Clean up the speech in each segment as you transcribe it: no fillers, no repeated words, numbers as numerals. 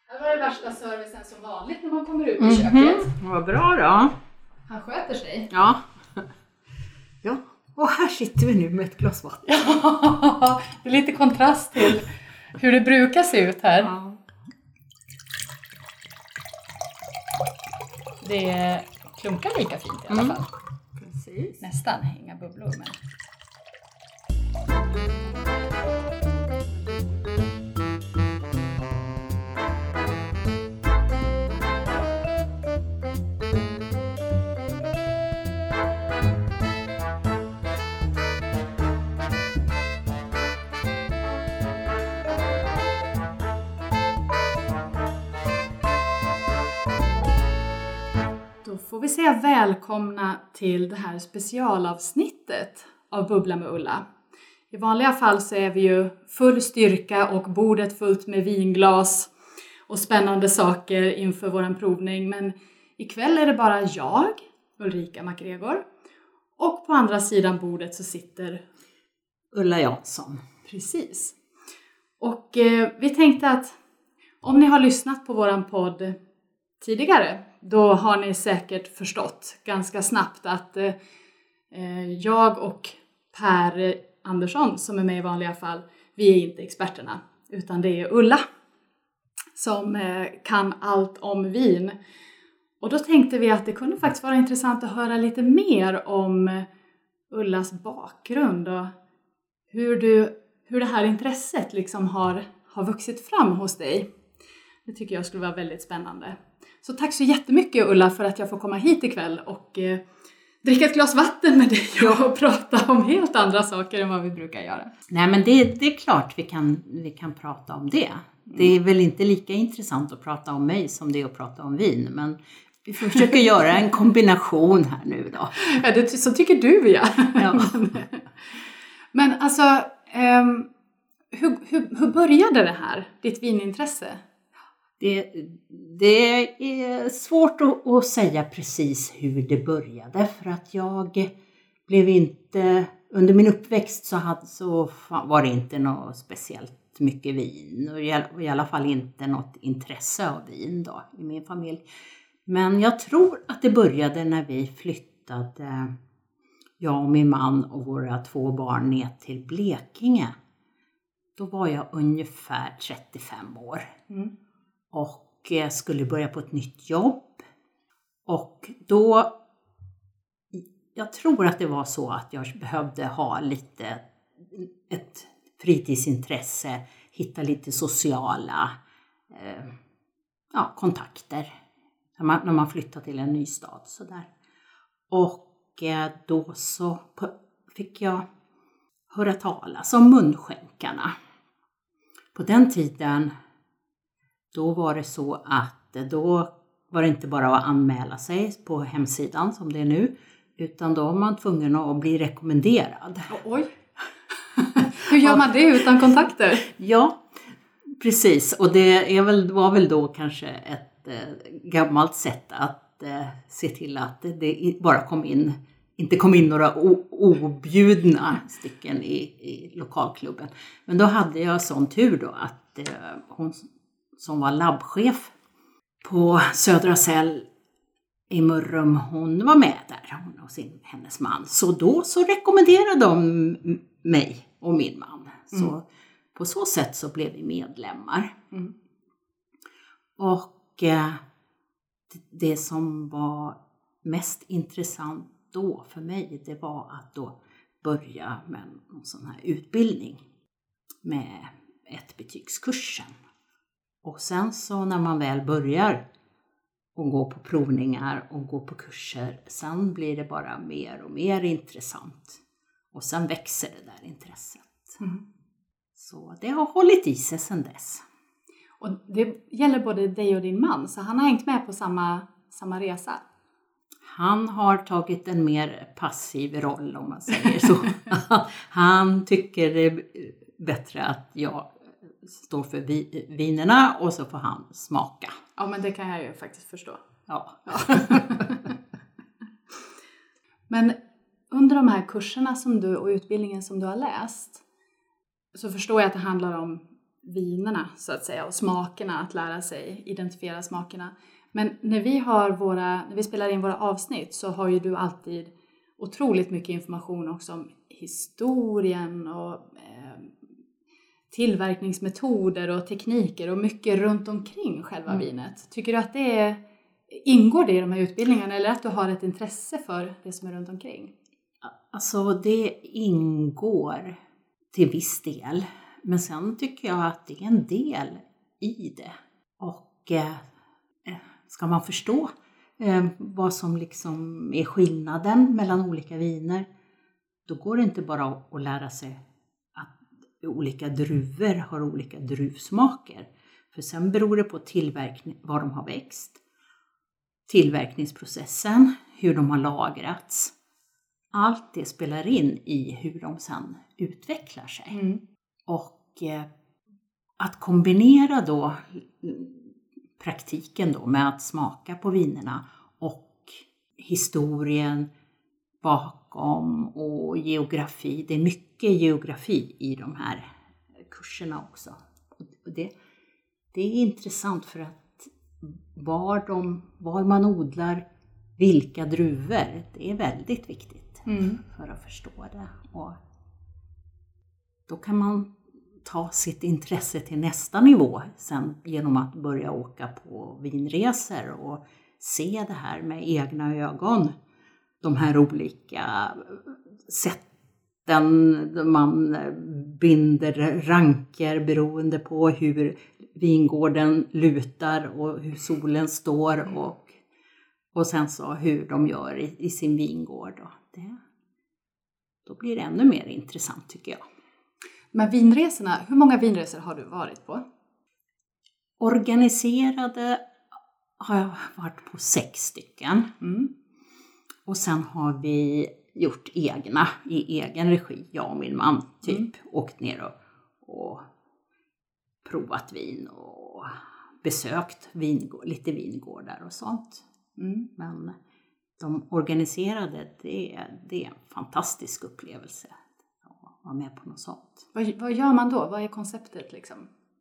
Det var det värsta servicen som vanligt när man kommer ut i köket. Vad bra då. Han sköter sig. Ja. Ja, och här sitter vi nu med ett glas vatten. Ja, det är lite kontrast till hur det brukar se ut här. Ja. Det klunkar lika fint i alla fall. Precis. Nästan, inga bubblor men... Då får vi säga välkomna till det här specialavsnittet av Bubbla med Ulla. I vanliga fall så är vi ju full styrka och bordet fullt med vinglas och spännande saker inför våran provning. Men ikväll är det bara jag, Ulrika MacGregor, och på andra sidan bordet så sitter Ulla Jansson. Precis. Och vi tänkte att om ni har lyssnat på våran podd tidigare, då har ni säkert förstått ganska snabbt att jag och Per Andersson, som är med i vanliga fall, vi är inte experterna, utan det är Ulla som kan allt om vin. Och då tänkte vi att det kunde faktiskt vara intressant att höra lite mer om Ullas bakgrund och hur det här intresset liksom har vuxit fram hos dig. Det tycker jag skulle vara väldigt spännande. Så tack så jättemycket Ulla för att jag får komma hit ikväll och dricka ett glas vatten med dig och prata om helt andra saker än vad vi brukar göra. Nej, men det är klart vi kan prata om det. Det är väl inte lika intressant att prata om mig som det är att prata om vin. Men vi försöker göra en kombination här nu då. Ja, så tycker du ja. Men alltså, hur började det här, ditt vinintresse? Det är svårt att säga precis hur det började. För att jag blev inte... Under min uppväxt så var det inte något speciellt mycket vin. Och i alla fall inte något intresse av vin då i min familj. Men jag tror att det började när vi flyttade, jag och min man och våra 2 barn ner till Blekinge. Då var jag ungefär 35 år. Och skulle börja på ett nytt jobb. Och då, jag tror att det var så att jag behövde ha lite ett fritidsintresse. Hitta lite sociala kontakter. När man flyttar till en ny stad. Sådär. Och då så fick jag höra talas om munskänkarna. På den tiden... Då var det så att då var det inte bara att anmäla sig på hemsidan som det är nu. Utan då var man tvungen att bli rekommenderad. Oj! Hur gör man det utan kontakter? Ja, precis. Och det var väl då kanske ett gammalt sätt att se till att det bara inte kom in några objudna stycken i lokalklubben. Men då hade jag sån tur då att hon... som var labbchef på Södra Cell i Mörrum, hon var med där, hon och hennes man. Så då så rekommenderade de mig och min man. Så på så sätt så blev vi medlemmar. Och det som var mest intressant då för mig, det var att då börja med en sån här utbildning med 1-betygskursen. Och sen så när man väl börjar och gå på provningar och gå på kurser, sen blir det bara mer och mer intressant. Och sen växer det där intresset. Så det har hållit i sig sedan dess. Och det gäller både dig och din man, så han har hängt med på samma resa? Han har tagit en mer passiv roll om man säger så. Han tycker det är bättre att jag står för vinerna och så får han smaka. Ja, men det kan jag ju faktiskt förstå. Ja. Men under de här kurserna och utbildningen som du har läst, så förstår jag att det handlar om vinerna så att säga och smakerna, att lära sig identifiera smakerna. Men när vi spelar in våra avsnitt så har ju du alltid otroligt mycket information också om historien och tillverkningsmetoder och tekniker och mycket runt omkring själva vinet. Tycker du att ingår det i de här utbildningarna eller att du har ett intresse för det som är runt omkring? Alltså det ingår till viss del. Men sen tycker jag att det är en del i det. Och ska man förstå vad som liksom är skillnaden mellan olika viner, då går det inte bara att lära sig att olika druvor har olika druvsmaker. För sen beror det på var de har växt, tillverkningsprocessen, hur de har lagrats. Allt det spelar in i hur de sen utvecklar sig. Och att kombinera då praktiken då med att smaka på vinerna och historien bakom och geografi. Det är mycket geografi i de här kurserna också. Och det är intressant för att var man odlar vilka druvor, det är väldigt viktigt för att förstå det. Och då kan man ta sitt intresse till nästa nivå sen genom att börja åka på vinresor och se det här med egna ögon. De här olika sätten man binder ranker beroende på hur vingården lutar och hur solen står och sen så hur de gör i sin vingård. Då blir det ännu mer intressant tycker jag. Men vinresorna, hur många vinresor har du varit på? Organiserade har jag varit på 6 stycken. Och sen har vi gjort egna i egen regi. Jag och min man åkt ner och provat vin och besökt lite vingårdar och sånt. Men de organiserade, det är en fantastisk upplevelse. Vara med på något sånt. Vad gör man då? Vad är konceptet liksom?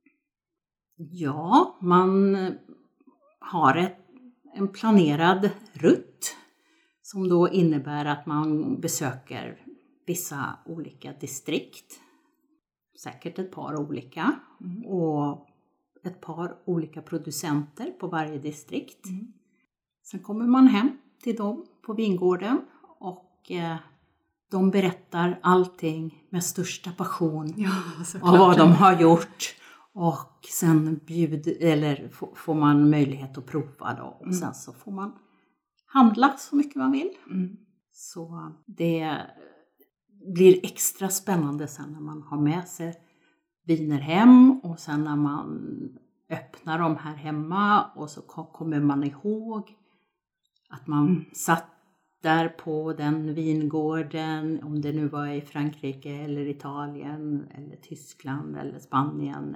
Ja, man har en planerad rutt som då innebär att man besöker vissa olika distrikt. Säkert ett par olika. Och ett par olika producenter på varje distrikt. Sen kommer man hem till dem på vingården och de berättar allting med största passion av vad de har gjort. Och sen får man möjlighet att prova då. Och sen så får man handla så mycket man vill. Så det blir extra spännande sen när man har med sig viner hem. Och sen när man öppnar dem här hemma och så kommer man ihåg att man satt där på den vingården, om det nu var i Frankrike eller Italien eller Tyskland eller Spanien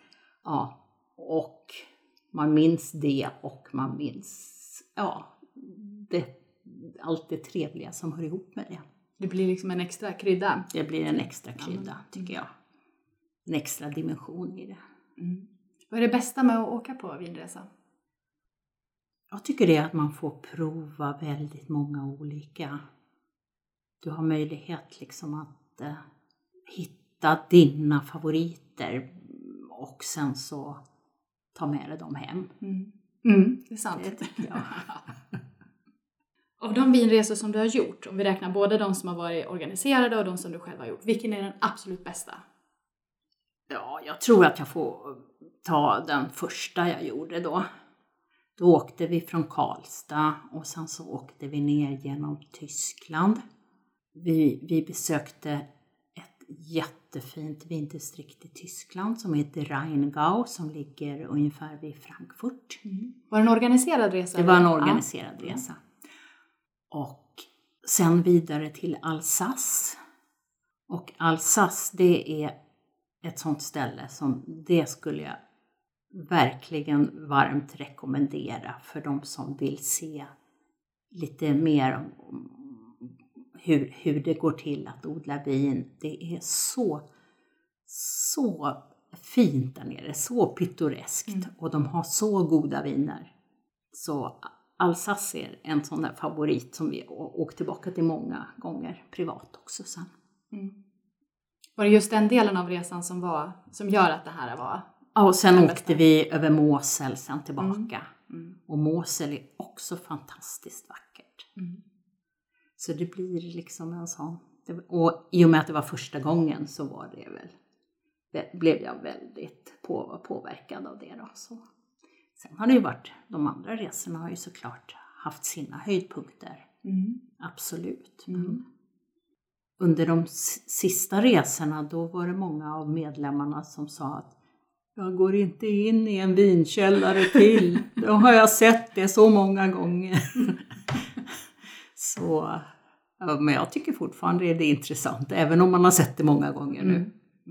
och man minns det och man minns allt det trevliga som hör ihop med det. Det blir liksom en extra krydda. Det blir en extra krydda tycker jag. En extra dimension i det. Vad är det bästa med att åka på vinresa? Jag tycker det är att man får prova väldigt många olika. Du har möjlighet liksom att hitta dina favoriter och sen så ta med dig dem hem. Det är sant. Det tycker jag. Av de vinresor som du har gjort, om vi räknar både de som har varit organiserade och de som du själv har gjort, vilken är den absolut bästa? Ja, jag tror att jag får ta den första jag gjorde då. Då åkte vi från Karlstad och sen så åkte vi ner genom Tyskland. Vi besökte ett jättefint vindistrikt i Tyskland som heter Rheingau som ligger ungefär vid Frankfurt. Var det en organiserad resa? Det var en organiserad resa. Och sen vidare till Alsace. Och Alsace det är ett sånt ställe som det skulle jag verkligen varmt rekommendera för de som vill se lite mer om hur det går till att odla vin. Det är så fint där nere, så pittoreskt och de har så goda viner. Så Alsace är en sån där favorit som vi åkt tillbaka till många gånger privat också sen. Var det just den delen av resan som gör att det här var? Ja, och sen åkte vi över Mosel sen tillbaka. Och Mosel är också fantastiskt vackert. Så det blir liksom en sån. Och i och med att det var första gången så var det blev jag väldigt påverkad av det då. Så. Sen har det ju varit, de andra resorna har ju såklart haft sina höjdpunkter. Absolut. Men under de sista resorna då var det många av medlemmarna som sa att jag går inte in i en vinkällare till. Då har jag sett det så många gånger. Så, men jag tycker fortfarande det är intressant. Även om man har sett det många gånger nu.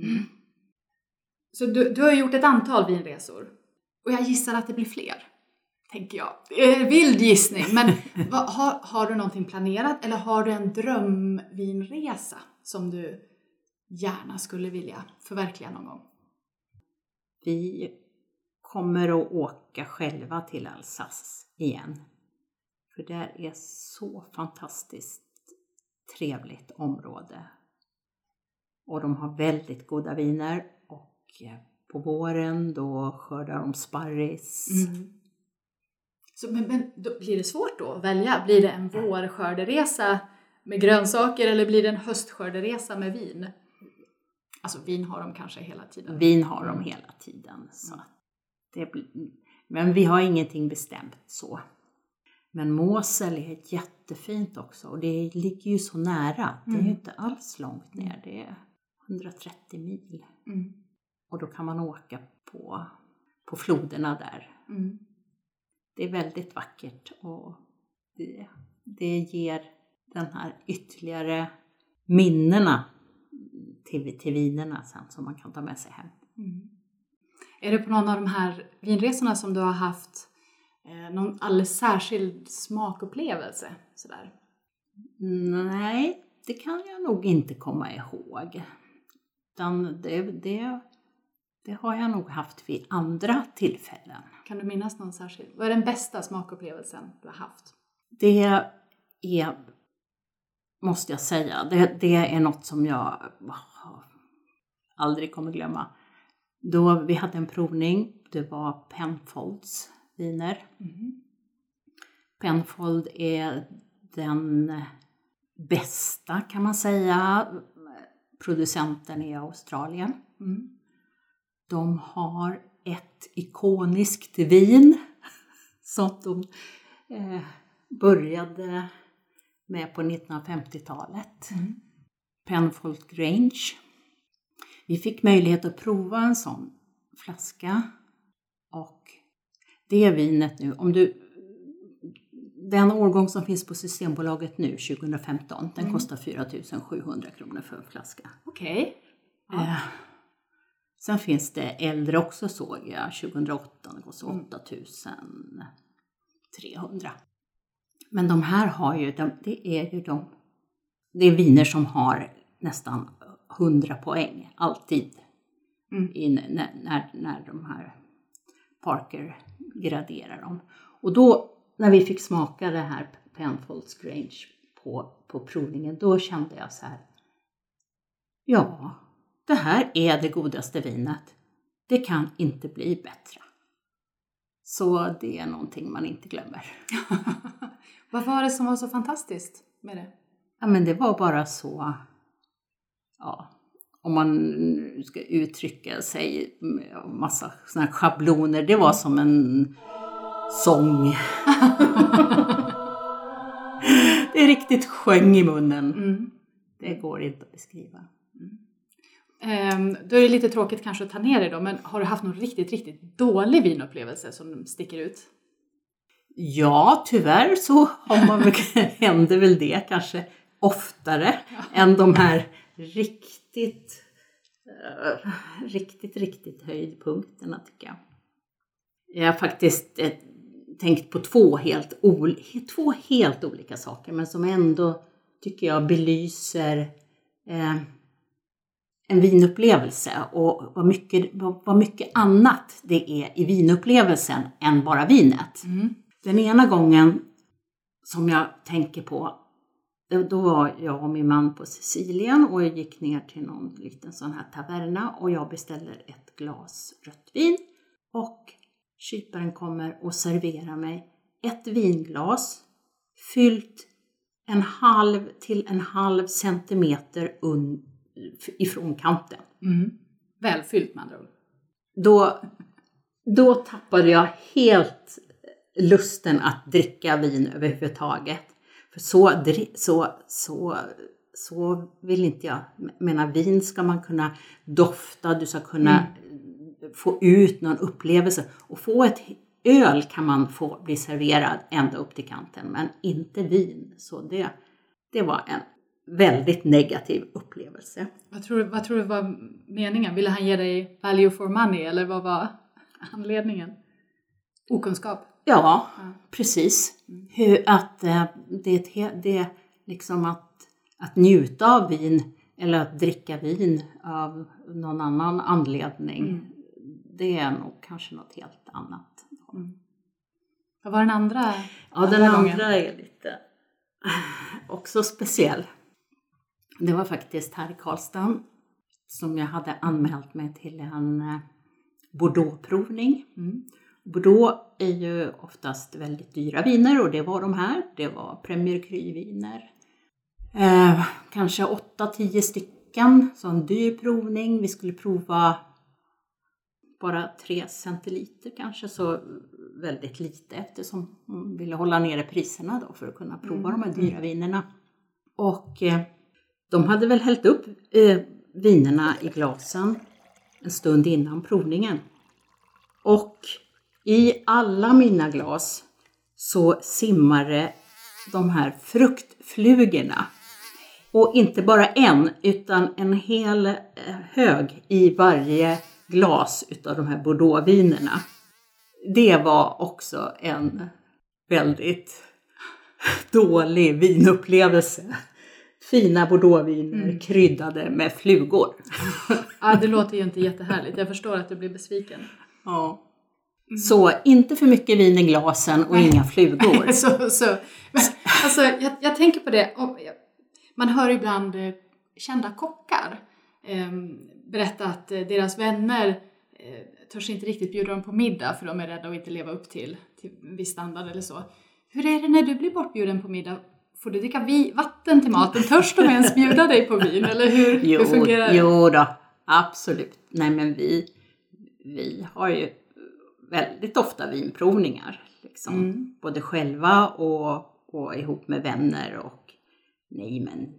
Så du har gjort ett antal vinresor. Och jag gissar att det blir fler. Tänker jag. Vild gissning. Men har du någonting planerat? Eller har du en drömvinresa som du gärna skulle vilja förverkliga någon gång? Vi kommer att åka själva till Alsace igen. För det är så fantastiskt trevligt område. Och de har väldigt goda viner. Och på våren då skördar de sparris. Så, men då blir det svårt då att välja? Blir det en vårskörderesa med grönsaker eller blir det en höstskörderesa med vin? Alltså vin har de kanske hela tiden. Vin har de hela tiden. Så men vi har ingenting bestämt så. Men Mosel är jättefint också. Och det ligger ju så nära. Det är ju inte alls långt ner. Det är 130 mil. Och då kan man åka på floderna där. Det är väldigt vackert. Och det ger den här ytterligare minnena till vinerna sen som man kan ta med sig hem. Är det på någon av de här vinresorna som du har haft någon alldeles särskild smakupplevelse? Sådär? Nej, det kan jag nog inte komma ihåg. Utan det har jag nog haft vid andra tillfällen. Kan du minnas någon särskild? Vad är den bästa smakupplevelsen du har haft? Det är, måste jag säga, det är något som jag aldrig kommer glömma. Då vi hade en provning, det var Penfolds viner. Penfold är den bästa kan man säga producenten i Australien. De har ett ikoniskt vin som de började med på 1950-talet. Penfold Grange. Vi fick möjlighet att prova en sån flaska. Och det vinet nu, den årgång som finns på Systembolaget nu 2015, den kostar 4 700 kronor för en flaska. Okej. Sen finns det äldre också såg jag, 2008, det kostar 8 300. Men de här har ju, det är viner som har nästan 100 poäng, alltid. När de här Parker graderar dem. Och då, när vi fick smaka det här Penfolds Grange på provningen, då kände jag så här. Ja, det här är det godaste vinet. Det kan inte bli bättre. Så det är någonting man inte glömmer. Vad var det som var så fantastiskt med det? Ja, men det var bara så, om man ska uttrycka sig med massa såna här schabloner. Det var som en sång. Det är riktigt sjöng i munnen. Det går inte att beskriva. Då är det lite tråkigt kanske att ta ner det då. Men har du haft någon riktigt, riktigt dålig vinupplevelse som sticker ut? Ja, tyvärr så händer väl det kanske oftare än de här riktigt höjdpunkterna tycker jag. Jag har faktiskt tänkt på två helt olika saker, men som ändå tycker jag belyser en vinupplevelse och vad mycket annat det är i vinupplevelsen än bara vinet. Den ena gången som jag tänker på, då var jag och min man på Sicilien och jag gick ner till någon liten sån här taverna och jag beställer ett glas rött vin och kyparen kommer och serverar mig ett vinglas fyllt 1/2 till 1/2 centimeter ifrån kanten. Välfyllt med andra ord. Då tappade jag helt lusten att dricka vin överhuvudtaget. För så vill inte jag. Menar, vin ska man kunna dofta, du ska kunna få ut någon upplevelse. Och få ett öl kan man få bli serverad ända upp till kanten, men inte vin. Så det var en väldigt negativ upplevelse. Vad tror du var meningen? Ville han ge dig value for money eller vad var anledningen? Okunskap? Ja, precis. Det liksom att njuta av vin eller att dricka vin av någon annan anledning. Det är nog kanske något helt annat. Vad var den andra? Ja, den andra är lite också speciell. Det var faktiskt här i Karlstad som jag hade anmält mig till en Bordeaux-provning. Bordeaux är ju oftast väldigt dyra viner och det var de här. Det var Premier Cru-viner. Kanske 8-10 stycken. Så en dyr provning. Vi skulle prova bara 3 centiliter kanske. Så väldigt lite eftersom man ville hålla nere priserna då för att kunna prova de här dyra vinerna. Och de hade väl hällt upp vinerna i glasen en stund innan provningen. Och i alla mina glas så simmade de här fruktflugorna. Och inte bara en utan en hel hög i varje glas utav de här Bordeaux-vinerna. Det var också en väldigt dålig vinupplevelse. Fina Bordeaux-viner kryddade med flugor. Ja, det låter ju inte jättehärligt. Jag förstår att du blir besviken. Ja. Så inte för mycket vin i glasen och inga flugor. Men, alltså, jag tänker på det. Man hör ibland kända kockar berätta att deras vänner törs inte riktigt bjuda dem på middag för de är rädda att inte leva upp till viss standard eller så. Hur är det när du blir bortbjuden på middag? Får du dricka vatten till maten? Törs de ens bjuda dig på vin? Eller hur fungerar det? Jo då, absolut. Nej, men vi har ju väldigt ofta vinprovningar. Liksom. Både själva och ihop med vänner. Och nej, men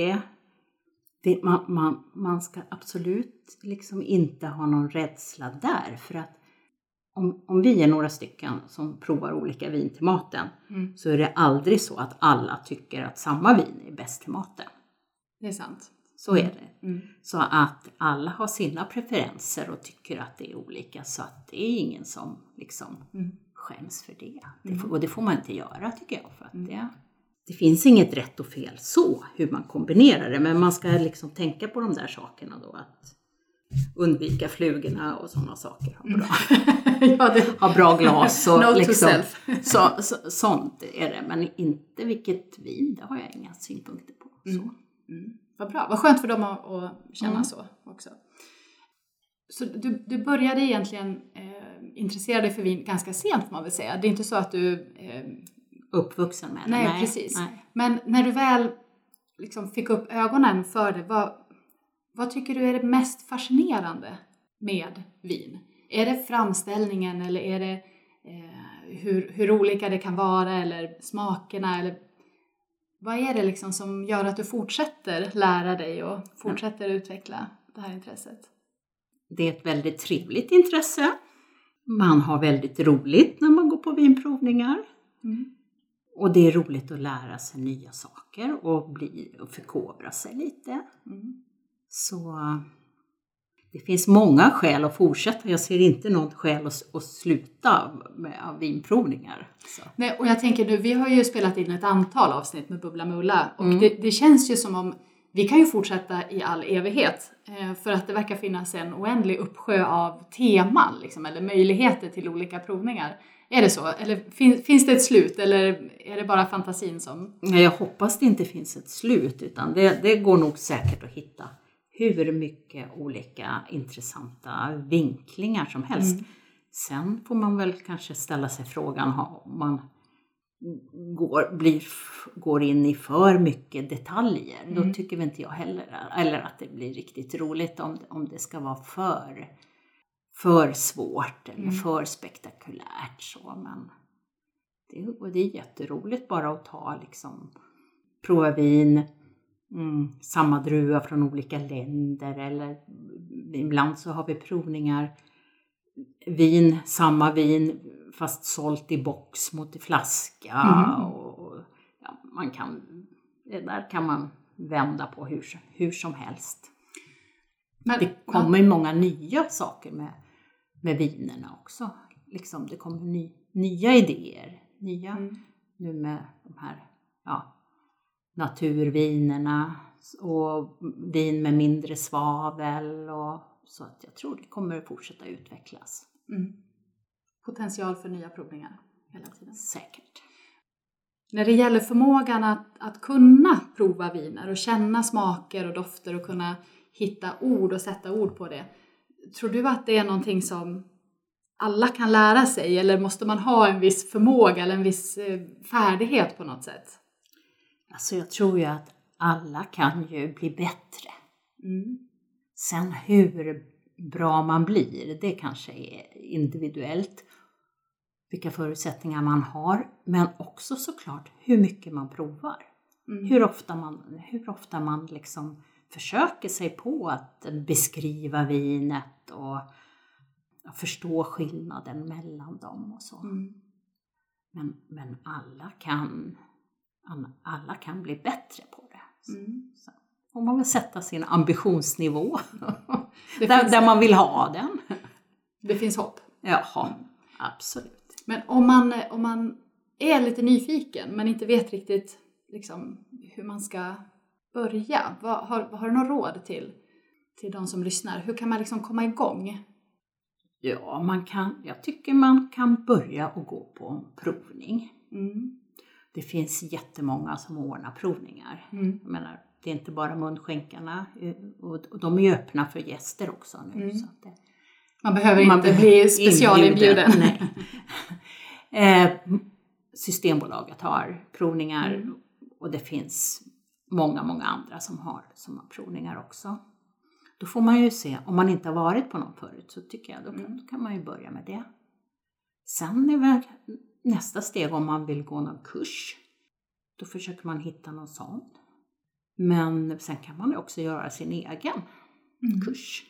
man ska absolut liksom inte ha någon rädsla där. För att om vi är några stycken som provar olika vin till maten. Så är det aldrig så att alla tycker att samma vin är bäst till maten. Det är sant. Så är det. Så att alla har sina preferenser och tycker att det är olika. Så att det är ingen som liksom skäms för det. Och det får man inte göra, tycker jag. För att det finns inget rätt och fel så hur man kombinerar det. Men man ska liksom tänka på de där sakerna då. Att undvika flugorna och sådana saker. Ha bra glas. Och liksom, sånt är det. Men inte vilket vin, det har jag inga synpunkter på. Så. Vad bra, vad skönt för dem att känna så också. Så du började egentligen intressera dig för vin ganska sent, får man väl säga. Det är inte så att du uppvuxen med det. Nej, precis. Nej. Men när du väl liksom fick upp ögonen för det, vad tycker du är det mest fascinerande med vin? Är det framställningen eller är det hur olika det kan vara eller smakerna? Eller vad är det liksom som gör att du fortsätter lära dig och fortsätter utveckla det här intresset? Det är ett väldigt trevligt intresse. Man har väldigt roligt när man går på vinprovningar. Och det är roligt att lära sig nya saker och förkovra sig lite. Så det finns många skäl att fortsätta. Jag ser inte något skäl att sluta med vinprovningar. Så. Nej, och jag tänker nu, vi har ju spelat in ett antal avsnitt med Bubbla Mulla. Och det känns ju som om vi kan ju fortsätta i all evighet. För att det verkar finnas en oändlig uppsjö av teman liksom, eller möjligheter till olika provningar. Är det så? Eller finns det ett slut? Eller är det bara fantasin som... Jag hoppas det inte finns ett slut, utan det går nog säkert att hitta hur mycket olika intressanta vinklingar som helst. Sen får man väl kanske ställa sig frågan om man går in i för mycket detaljer. Då tycker vi inte jag heller. Eller att det blir riktigt roligt om det ska vara för svårt eller för spektakulärt. Så. Men det är jätteroligt bara att prova vin. Samma druva från olika länder. Eller ibland så har vi provningar. Samma vin fast sålt i box mot i flaska. Och, där kan man vända på hur som helst. Men, det kommer många nya saker med vinerna också. Liksom, det kommer nya idéer. Nu med de här naturvinerna och vin med mindre svavel. Och, så att jag tror det kommer att fortsätta utvecklas. Potential för nya provningar hela tiden. Säkert. När det gäller förmågan att kunna prova viner och känna smaker och dofter och kunna hitta ord och sätta ord på det. Tror du att det är någonting som alla kan lära sig, eller måste man ha en viss förmåga eller en viss färdighet på något sätt? Alltså jag tror ju att alla kan ju bli bättre. Sen hur bra man blir, det kanske är individuellt. Vilka förutsättningar man har, men också såklart hur mycket man provar. Hur ofta man liksom försöker sig på att beskriva vinet och förstå skillnaden mellan dem och så. Men alla kan bli bättre på det. Så får man väl sätta sin ambitionsnivå där man vill ha den. Det finns hopp. Jaha, absolut. Men om man är lite nyfiken men inte vet riktigt liksom, hur man ska börja. Har du någon råd till de som lyssnar? Hur kan man liksom komma igång? Ja, jag tycker man kan börja och gå på en provning. Det finns jättemånga som ordnar provningar. Jag menar, det är inte bara munskänkarna. Och de är ju öppna för gäster också nu. Så att man behöver inte bli specialinbjuden. Systembolaget har provningar. Och det finns många andra som har provningar också. Då får man ju se, om man inte har varit på någon förut, så tycker jag då kan man ju börja med det. Sen är väl nästa steg om man vill gå någon kurs. Då försöker man hitta någon sån. Men sen kan man ju också göra sin egen kurs.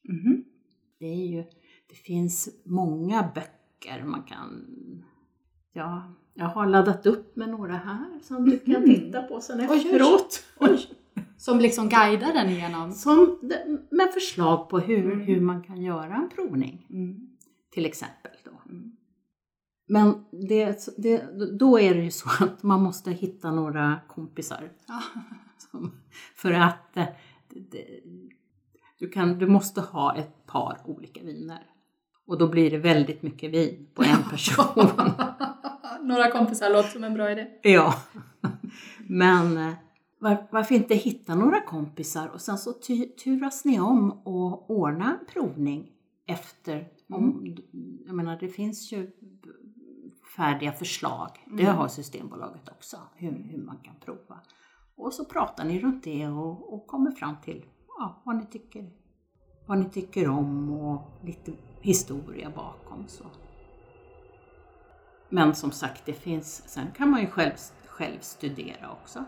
Det finns många böcker man kan... Ja, jag har laddat upp med några här som du kan titta på sen efteråt. Oj. Som liksom guidar den igenom? Med förslag på hur man kan göra en provning. Till exempel då. Men då är det ju så att man måste hitta några kompisar. För att du måste ha ett par olika viner. Och då blir det väldigt mycket vin på en person. Några kompisar låter som en bra idé. Ja, men varför inte hitta några kompisar och sen så turas ni om och ordna en provning efter. Jag menar, det finns ju färdiga förslag. Det har Systembolaget också, hur man kan prova. Och så pratar ni runt det och kommer fram till vad ni tycker om och lite historia bakom. Så. Men som sagt, sen kan man ju själv studera också.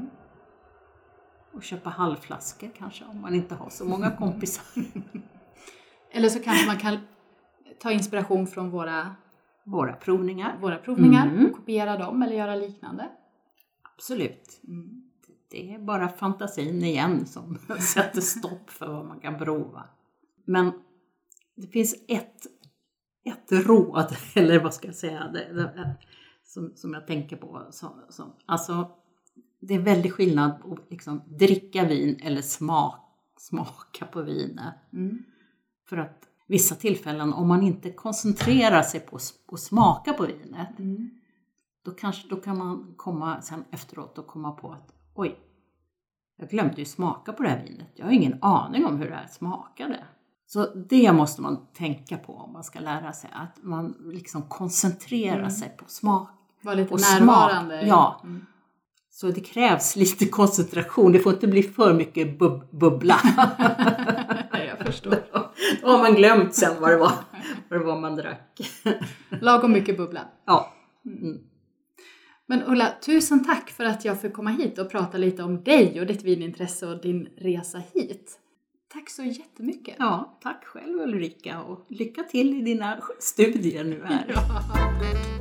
Och köpa halvflaskor kanske om man inte har så många kompisar. Eller så kanske man kan ta inspiration från våra provningar. Och kopiera dem eller göra liknande. Absolut. Det är bara fantasin igen som sätter stopp för vad man kan prova. Men det finns ett råd, eller vad ska jag säga, som jag tänker på. Alltså, det är väldigt skillnad att liksom dricka vin eller smaka på vinet. För att vissa tillfällen, om man inte koncentrerar sig på att smaka på vinet, då kan man komma sen efteråt och komma på att oj, jag glömde ju smaka på det här vinet. Jag har ingen aning om hur det här smakade. Så det måste man tänka på om man ska lära sig. Att man liksom koncentrerar sig på smak. Var lite närvarande. Smak. Ja. Så det krävs lite koncentration. Det får inte bli för mycket bubbla. Jag förstår. Då har man glömt sen vad det var man drack. Lagom mycket bubbla. Ja. Men Ulla, tusen tack för att jag fick komma hit och prata lite om dig och ditt vinintresse och din resa hit. Tack så jättemycket. Ja, tack själv Ulrika och lycka till i dina studier nu här. Ja.